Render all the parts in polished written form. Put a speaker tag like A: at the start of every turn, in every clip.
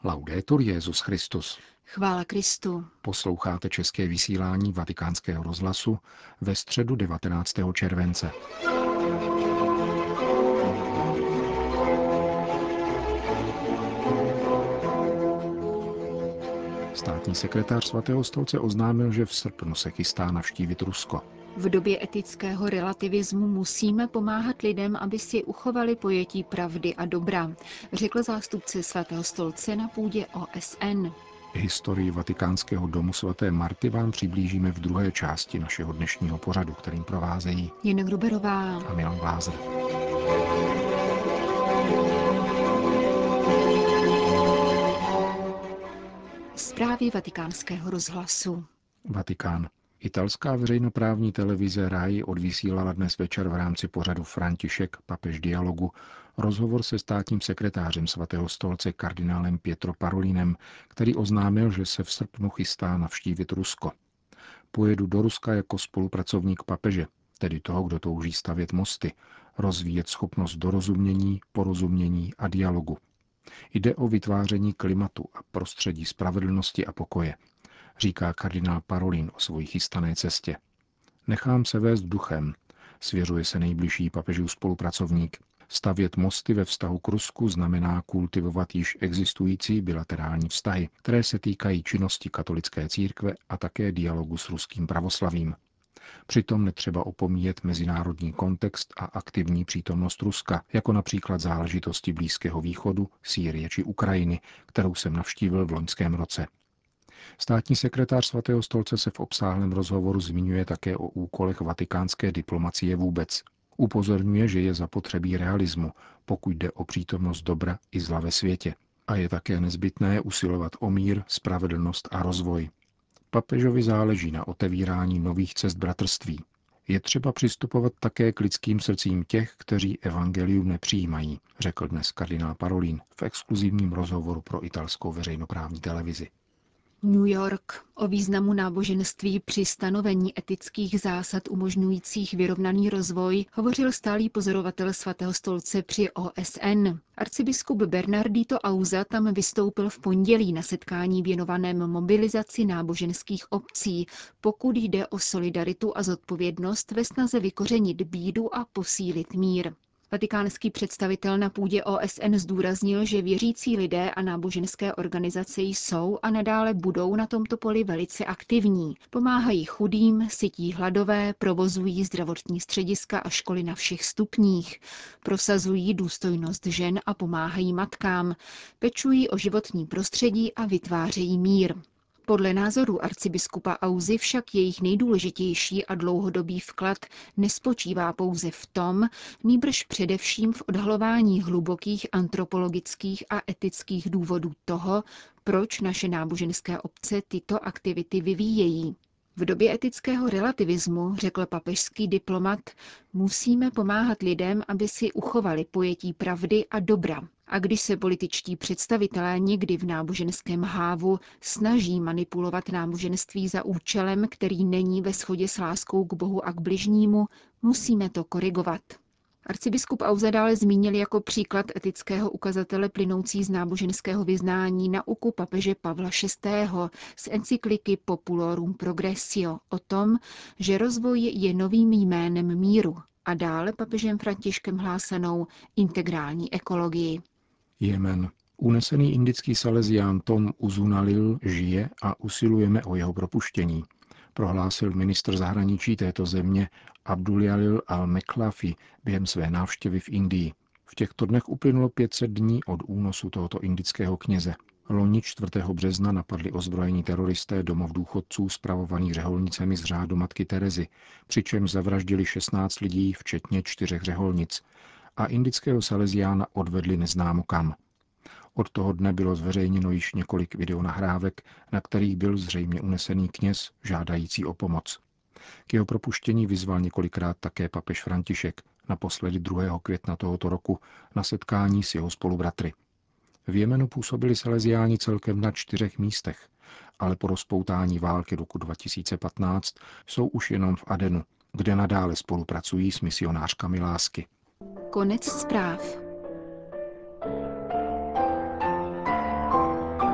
A: Laudetur Jesus Christus.
B: Chvála Kristu.
A: Posloucháte české vysílání Vatikánského rozhlasu ve středu 19. července. Státní sekretář Svatého stolce oznámil, že v srpnu se chystá navštívit Rusko.
B: V době etického relativismu musíme pomáhat lidem, aby si uchovali pojetí pravdy a dobra, řekl zástupce Svatého stolce na půdě OSN.
A: Historii Vatikánského domu svaté Marty vám přiblížíme v druhé části našeho dnešního pořadu, kterým provázejí
B: Jana Gruberová
A: a Milan Glázer.
B: Zprávy Vatikánského rozhlasu.
A: Vatikán. Italská veřejnoprávní televize RAI odvysílala dnes večer v rámci pořadu František, papež dialogu, rozhovor se státním sekretářem Svatého stolce kardinálem Pietro Parolinem, který oznámil, že se v srpnu chystá navštívit Rusko. Pojedu do Ruska jako spolupracovník papeže, tedy toho, kdo touží stavět mosty, rozvíjet schopnost dorozumění, porozumění a dialogu. Jde o vytváření klimatu a prostředí spravedlnosti a pokoje, říká kardinál Parolin o svojí chystané cestě. Nechám se vést duchem, svěřuje se nejbližší papežův spolupracovník. Stavět mosty ve vztahu k Rusku znamená kultivovat již existující bilaterální vztahy, které se týkají činnosti katolické církve a také dialogu s ruským pravoslavím. Přitom netřeba opomíjet mezinárodní kontext a aktivní přítomnost Ruska, jako například záležitosti Blízkého východu, Sýrie či Ukrajiny, kterou jsem navštívil v loňském roce. Státní sekretář Svatého stolce se v obsáhlém rozhovoru zmiňuje také o úkolech vatikánské diplomacie vůbec. Upozorňuje, že je zapotřebí realismu, pokud jde o přítomnost dobra i zla ve světě. A je také nezbytné usilovat o mír, spravedlnost a rozvoj. Papežovi záleží na otevírání nových cest bratrství. Je třeba přistupovat také k lidským srdcím těch, kteří evangelium nepřijímají, řekl dnes kardinál Parolin v exkluzivním rozhovoru pro italskou veřejnoprávní televizi.
B: New York. O významu náboženství při stanovení etických zásad umožňujících vyrovnaný rozvoj hovořil stálý pozorovatel Svatého stolce při OSN. Arcibiskup Bernardito Auza tam vystoupil v pondělí na setkání věnovaném mobilizaci náboženských obcí, pokud jde o solidaritu a zodpovědnost ve snaze vykořenit bídu a posílit mír. Vatikánský představitel na půdě OSN zdůraznil, že věřící lidé a náboženské organizace jsou a nadále budou na tomto poli velice aktivní. Pomáhají chudým, sytí hladové, provozují zdravotní střediska a školy na všech stupních, prosazují důstojnost žen a pomáhají matkám, pečují o životní prostředí a vytvářejí mír. Podle názoru arcibiskupa Auzy však jejich nejdůležitější a dlouhodobý vklad nespočívá pouze v tom, nýbrž především v odhalování hlubokých antropologických a etických důvodů toho, proč naše náboženské obce tyto aktivity vyvíjejí. V době etického relativismu, řekl papežský diplomat, musíme pomáhat lidem, aby si uchovali pojetí pravdy a dobra. A když se političtí představitelé někdy v náboženském hávu snaží manipulovat náboženství za účelem, který není ve shodě s láskou k Bohu a k bližnímu, musíme to korigovat. Arcibiskup Auza dále zmínil jako příklad etického ukazatele plynoucí z náboženského vyznání nauku papeže Pavla VI. Z encykliky Populorum Progressio o tom, že rozvoj je novým jménem míru a dále papežem Františkem hlásanou integrální ekologii.
A: Jemen. Unesený indický salezián Tom Uzunalil žije a usilujeme o jeho propuštění, prohlásil ministr zahraničí této země Abduljalil al-Meklafi během své návštěvy v Indii. V těchto dnech uplynulo 500 dní od únosu tohoto indického kněze. Loni 4. března napadli ozbrojení teroristé domov důchodců spravovaných řeholnicemi z řádu matky Terezy, přičemž zavraždili 16 lidí, včetně 4 řeholnic, a indického saleziána odvedli neznámo kam. Od toho dne bylo zveřejněno již několik videonahrávek, na kterých byl zřejmě unesený kněz žádající o pomoc. K jeho propuštění vyzval několikrát také papež František, naposledy 2. května tohoto roku na setkání s jeho spolubratry. V Jemenu působili saleziáni celkem na 4 místech, ale po rozpoutání války roku 2015 jsou už jenom v Adenu, kde nadále spolupracují s misionářkami lásky.
B: Konec zpráv.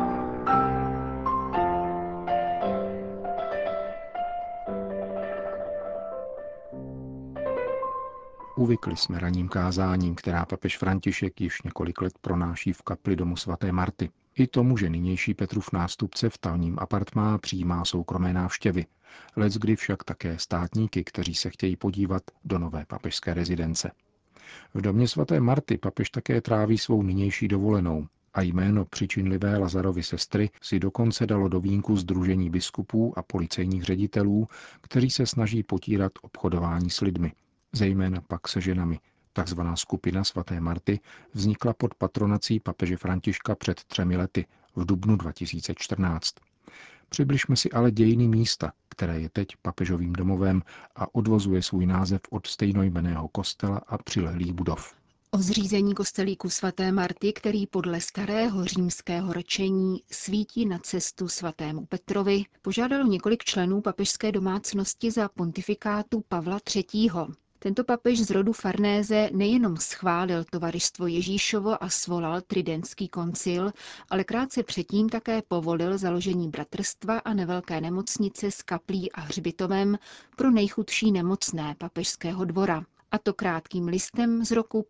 A: Uvykli jsme ranním kázáním, která papež František již několik let pronáší v kapli domu svaté Marty. I tomu, že nynější Petrův nástupce v tamním apartmá přijímá soukromé návštěvy. Leckdy však také státníky, kteří se chtějí podívat do nové papežské rezidence. V domě svaté Marty papež také tráví svou nynější dovolenou a jméno přičinlivé Lazarovy sestry si dokonce dalo do vínku sdružení biskupů a policejních ředitelů, kteří se snaží potírat obchodování s lidmi, zejména pak se ženami. Takzvaná skupina svaté Marty vznikla pod patronací papeže Františka před 3 lety, v dubnu 2014. Přibližme si ale dějiny místa, které je teď papežovým domovem a odvozuje svůj název od stejnojmenného kostela a přilehlých budov.
B: O zřízení kostelíku svaté Marty, který podle starého římského rčení svítí na cestu svatému Petrovi, požádalo několik členů papežské domácnosti za pontifikátu Pavla III. Tento papež z rodu Farnéze nejenom schválil tovaristvo Ježíšovo a svolal tridentský koncil, ale krátce předtím také povolil založení bratrstva a nevelké nemocnice s kaplí a hřbitovem pro nejchudší nemocné papežského dvora, a to krátkým listem z roku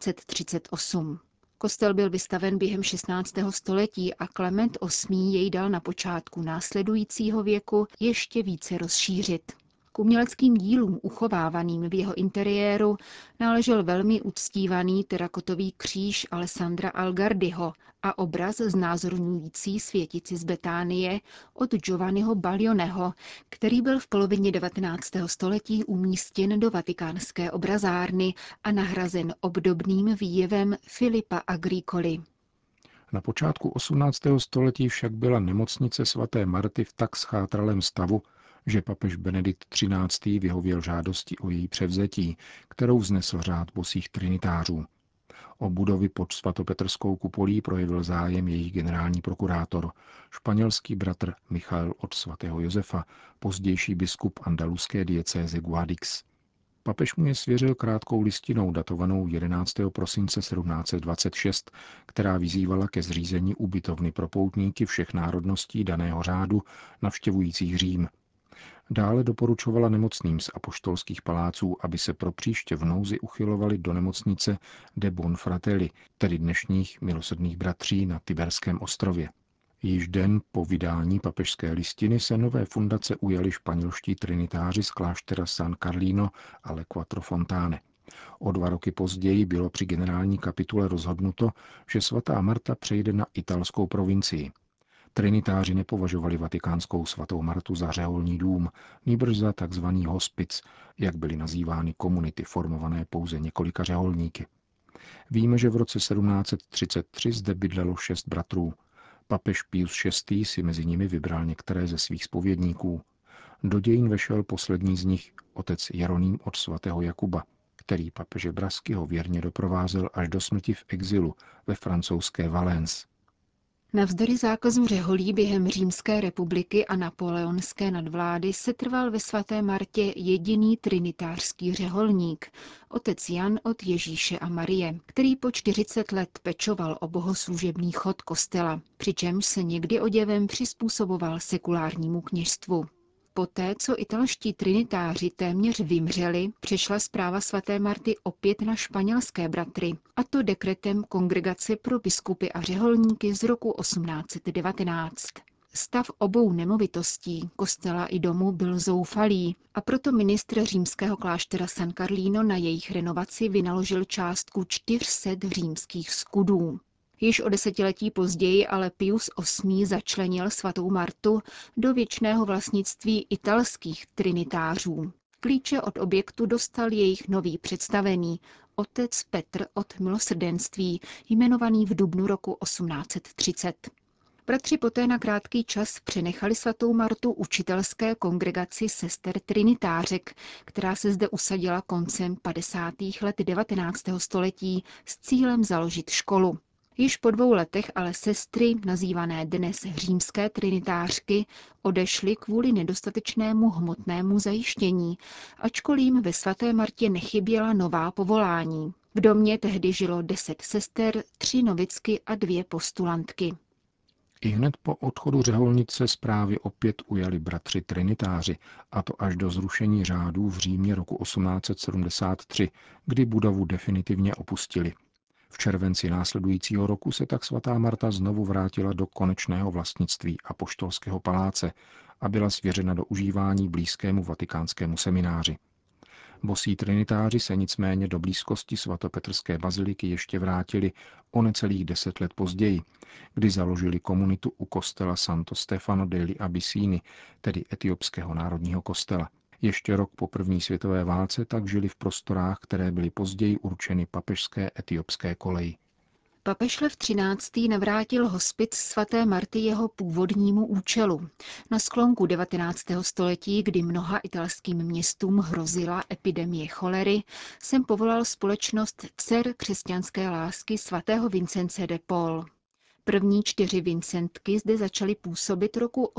B: 1538. Kostel byl vystaven během 16. století a Klement VIII. Jej dal na počátku následujícího věku ještě více rozšířit. K uměleckým dílům uchovávaným v jeho interiéru náležel velmi uctívaný terakotový kříž Alessandra Algardiho a obraz znázorňující světici z Betánie od Giovanniho Balioneho, který byl v polovině 19. století umístěn do vatikánské obrazárny a nahrazen obdobným výjevem Filipa Agricoli.
A: Na počátku 18. století však byla nemocnice svaté Marty v tak schátralém stavu, že papež Benedikt XIII. Vyhověl žádosti o její převzetí, kterou vznesl řád bosých trinitářů. O budovy pod svatopetrskou kupolí projevil zájem jejich generální prokurátor, španělský bratr Michael od svatého Josefa, pozdější biskup andaluské diecéze Guadix. Papež mu je svěřil krátkou listinou datovanou 11. prosince 1726, která vyzývala ke zřízení ubytovny pro poutníky všech národností daného řádu navštěvujících Řím. Dále doporučovala nemocným z apoštolských paláců, aby se pro příště v nouzi uchylovali do nemocnice de Bonfratelli, tedy dnešních milosrdných bratří na Tiberském ostrově. Již den po vydání papežské listiny se nové fundace ujali španělští trinitáři z kláštera San Carlino a Le Quattro Fontane. O 2 roky později bylo při generální kapitule rozhodnuto, že svatá Marta přejde na italskou provincii. Trinitáři nepovažovali vatikánskou svatou Martu za řeholní dům, nýbrž za tzv. Hospic, jak byly nazývány komunity formované pouze několika řeholníky. Víme, že v roce 1733 zde bydlelo 6 bratrů. Papež Pius VI. Si mezi nimi vybral některé ze svých zpovědníků. Do dějin vešel poslední z nich, otec Jeroným od svatého Jakuba, který papeže Braskyho věrně doprovázel až do smrti v exilu ve francouzské Valence.
B: Navzdory zákazu řeholí během Římské republiky a napoleonské nadvlády setrval ve svaté Martě jediný trinitářský řeholník, otec Jan od Ježíše a Marie, který po 40 let pečoval o bohoslužebný chod kostela, přičemž se někdy oděvem přizpůsoboval sekulárnímu kněžstvu. Poté, co italští trinitáři téměř vymřeli, přešla správa svaté Marty opět na španělské bratry, a to dekretem Kongregace pro biskupy a řeholníky z roku 1819. Stav obou nemovitostí, kostela i domu, byl zoufalý a proto ministr římského kláštera San Carlino na jejich renovaci vynaložil částku 400 římských skudů. Již o 10letí později ale Pius VIII. Začlenil svatou Martu do věčného vlastnictví italských trinitářů. Klíče od objektu dostal jejich nový představený, otec Petr od milosrdenství, jmenovaný v dubnu roku 1830. Bratři poté na krátký čas přenechali svatou Martu učitelské kongregaci sester trinitářek, která se zde usadila koncem 50. let 19. století s cílem založit školu. Již po 2 letech ale sestry, nazývané dnes římské trinitářky, odešly kvůli nedostatečnému hmotnému zajištění, ačkoliv jim ve svaté Martě nechyběla nová povolání. V domě tehdy žilo 10 sester, 3 novicky a 2 postulantky.
A: Ihned po odchodu řeholnice zprávy opět ujali bratři trinitáři, a to až do zrušení řádů v Římě roku 1873, kdy budovu definitivně opustili. V červenci následujícího roku se tak svatá Marta znovu vrátila do konečného vlastnictví apoštolského paláce a byla svěřena do užívání blízkému vatikánskému semináři. Bosí trinitáři se nicméně do blízkosti svatopetrské baziliky ještě vrátili o necelých 10 let později, kdy založili komunitu u kostela Santo Stefano degli Abissini, tedy etiopského národního kostela. Ještě rok po první světové válce tak žili v prostorách, které byly později určeny papežské etiopské koleji.
B: Papež Lev XIII. Navrátil hospic svaté Marty jeho původnímu účelu. Na sklonku 19. století, kdy mnoha italským městům hrozila epidemie cholery, jsem povolal společnost Dcer křesťanské lásky svatého Vincence de Paul. První 4 Vincentky zde začaly působit roku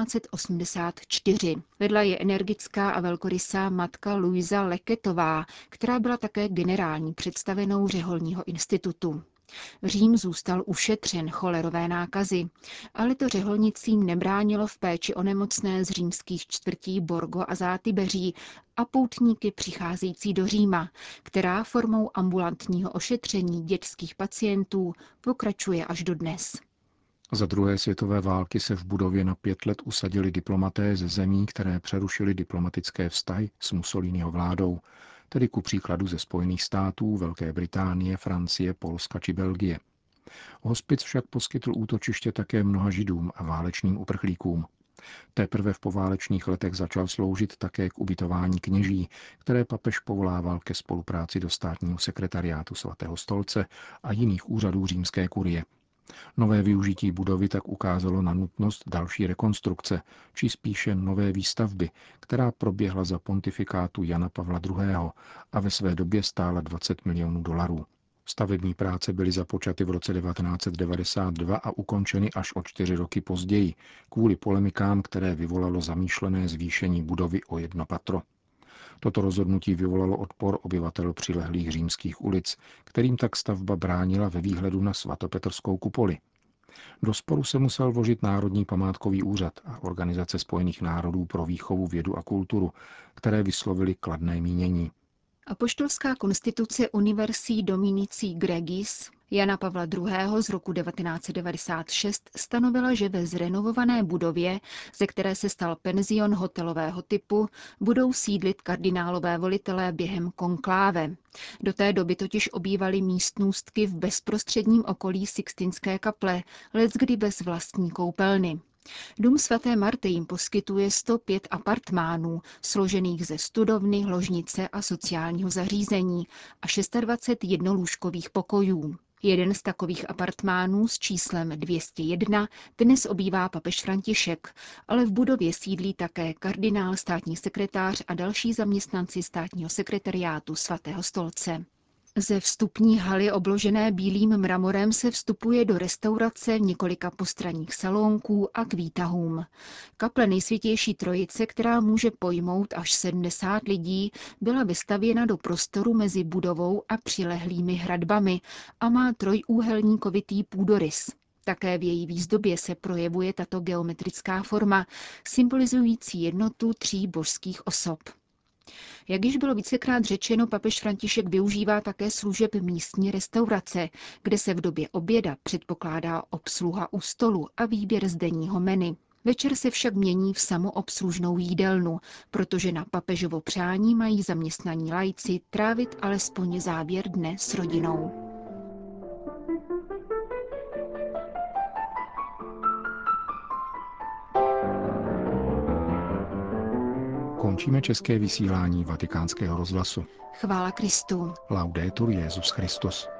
B: 1884. Vedla je energická a velkorysá matka Luisa Leketová, která byla také generální představenou řeholního institutu. Řím zůstal ušetřen cholerové nákazy, ale to řeholnicím nebránilo v péči o nemocné z římských čtvrtí Borgo a Zátybeří a poutníky přicházející do Říma, která formou ambulantního ošetření dětských pacientů pokračuje až dodnes.
A: Za druhé světové války se v budově na 5 let usadili diplomaté ze zemí, které přerušily diplomatické vztahy s Mussoliniho vládou, tedy ku příkladu ze Spojených států, Velké Británie, Francie, Polska či Belgie. Hospic však poskytl útočiště také mnoha židům a válečným uprchlíkům. Teprve v poválečných letech začal sloužit také k ubytování kněží, které papež povolával ke spolupráci do státního sekretariátu svatého stolce a jiných úřadů římské kurie. Nové využití budovy tak ukázalo na nutnost další rekonstrukce, či spíše nové výstavby, která proběhla za pontifikátu Jana Pavla II. A ve své době stála $20 milionů. Stavební práce byly započaty v roce 1992 a ukončeny až o 4 roky později, kvůli polemikám, které vyvolalo zamýšlené zvýšení budovy o 1 patro. Toto rozhodnutí vyvolalo odpor obyvatel přilehlých římských ulic, kterým tak stavba bránila ve výhledu na svatopetrskou kupoli. Do sporu se musel vložit Národní památkový úřad a Organizace spojených národů pro výchovu, vědu a kulturu, které vyslovily kladné mínění.
B: Apoštolská konstituce Universi Dominici Gregis Jana Pavla II. Z roku 1996 stanovila, že ve zrenovované budově, ze které se stal penzion hotelového typu, budou sídlit kardinálové volitelé během konkláve. Do té doby totiž obývali místnůstky v bezprostředním okolí Sixtinské kaple, leckdy bez vlastní koupelny. Dům svaté Marty jim poskytuje 105 apartmánů, složených ze studovny, ložnice a sociálního zařízení a 26 jednolůžkových pokojů. Jeden z takových apartmánů s číslem 201 dnes obývá papež František, ale v budově sídlí také kardinál, státní sekretář a další zaměstnanci státního sekretariátu svatého stolce. Ze vstupní haly obložené bílým mramorem se vstupuje do restaurace, několika postranních salónků a k výtahům. Kaple Nejsvětější Trojice, která může pojmout až 70 lidí, byla vystavěna do prostoru mezi budovou a přilehlými hradbami a má trojúhelníkovitý půdorys. Také v její výzdobě se projevuje tato geometrická forma, symbolizující jednotu 3 božských osob. Jak již bylo vícekrát řečeno, papež František využívá také služeb místní restaurace, kde se v době oběda předpokládá obsluha u stolu a výběr z denního menu. Večer se však mění v samoobslužnou jídelnu, protože na papežovo přání mají zaměstnaní laici trávit alespoň závěr dne s rodinou.
A: Končíme české vysílání Vatikánského rozhlasu.
B: Chvála Kristu.
A: Laudetur Jesus Christus.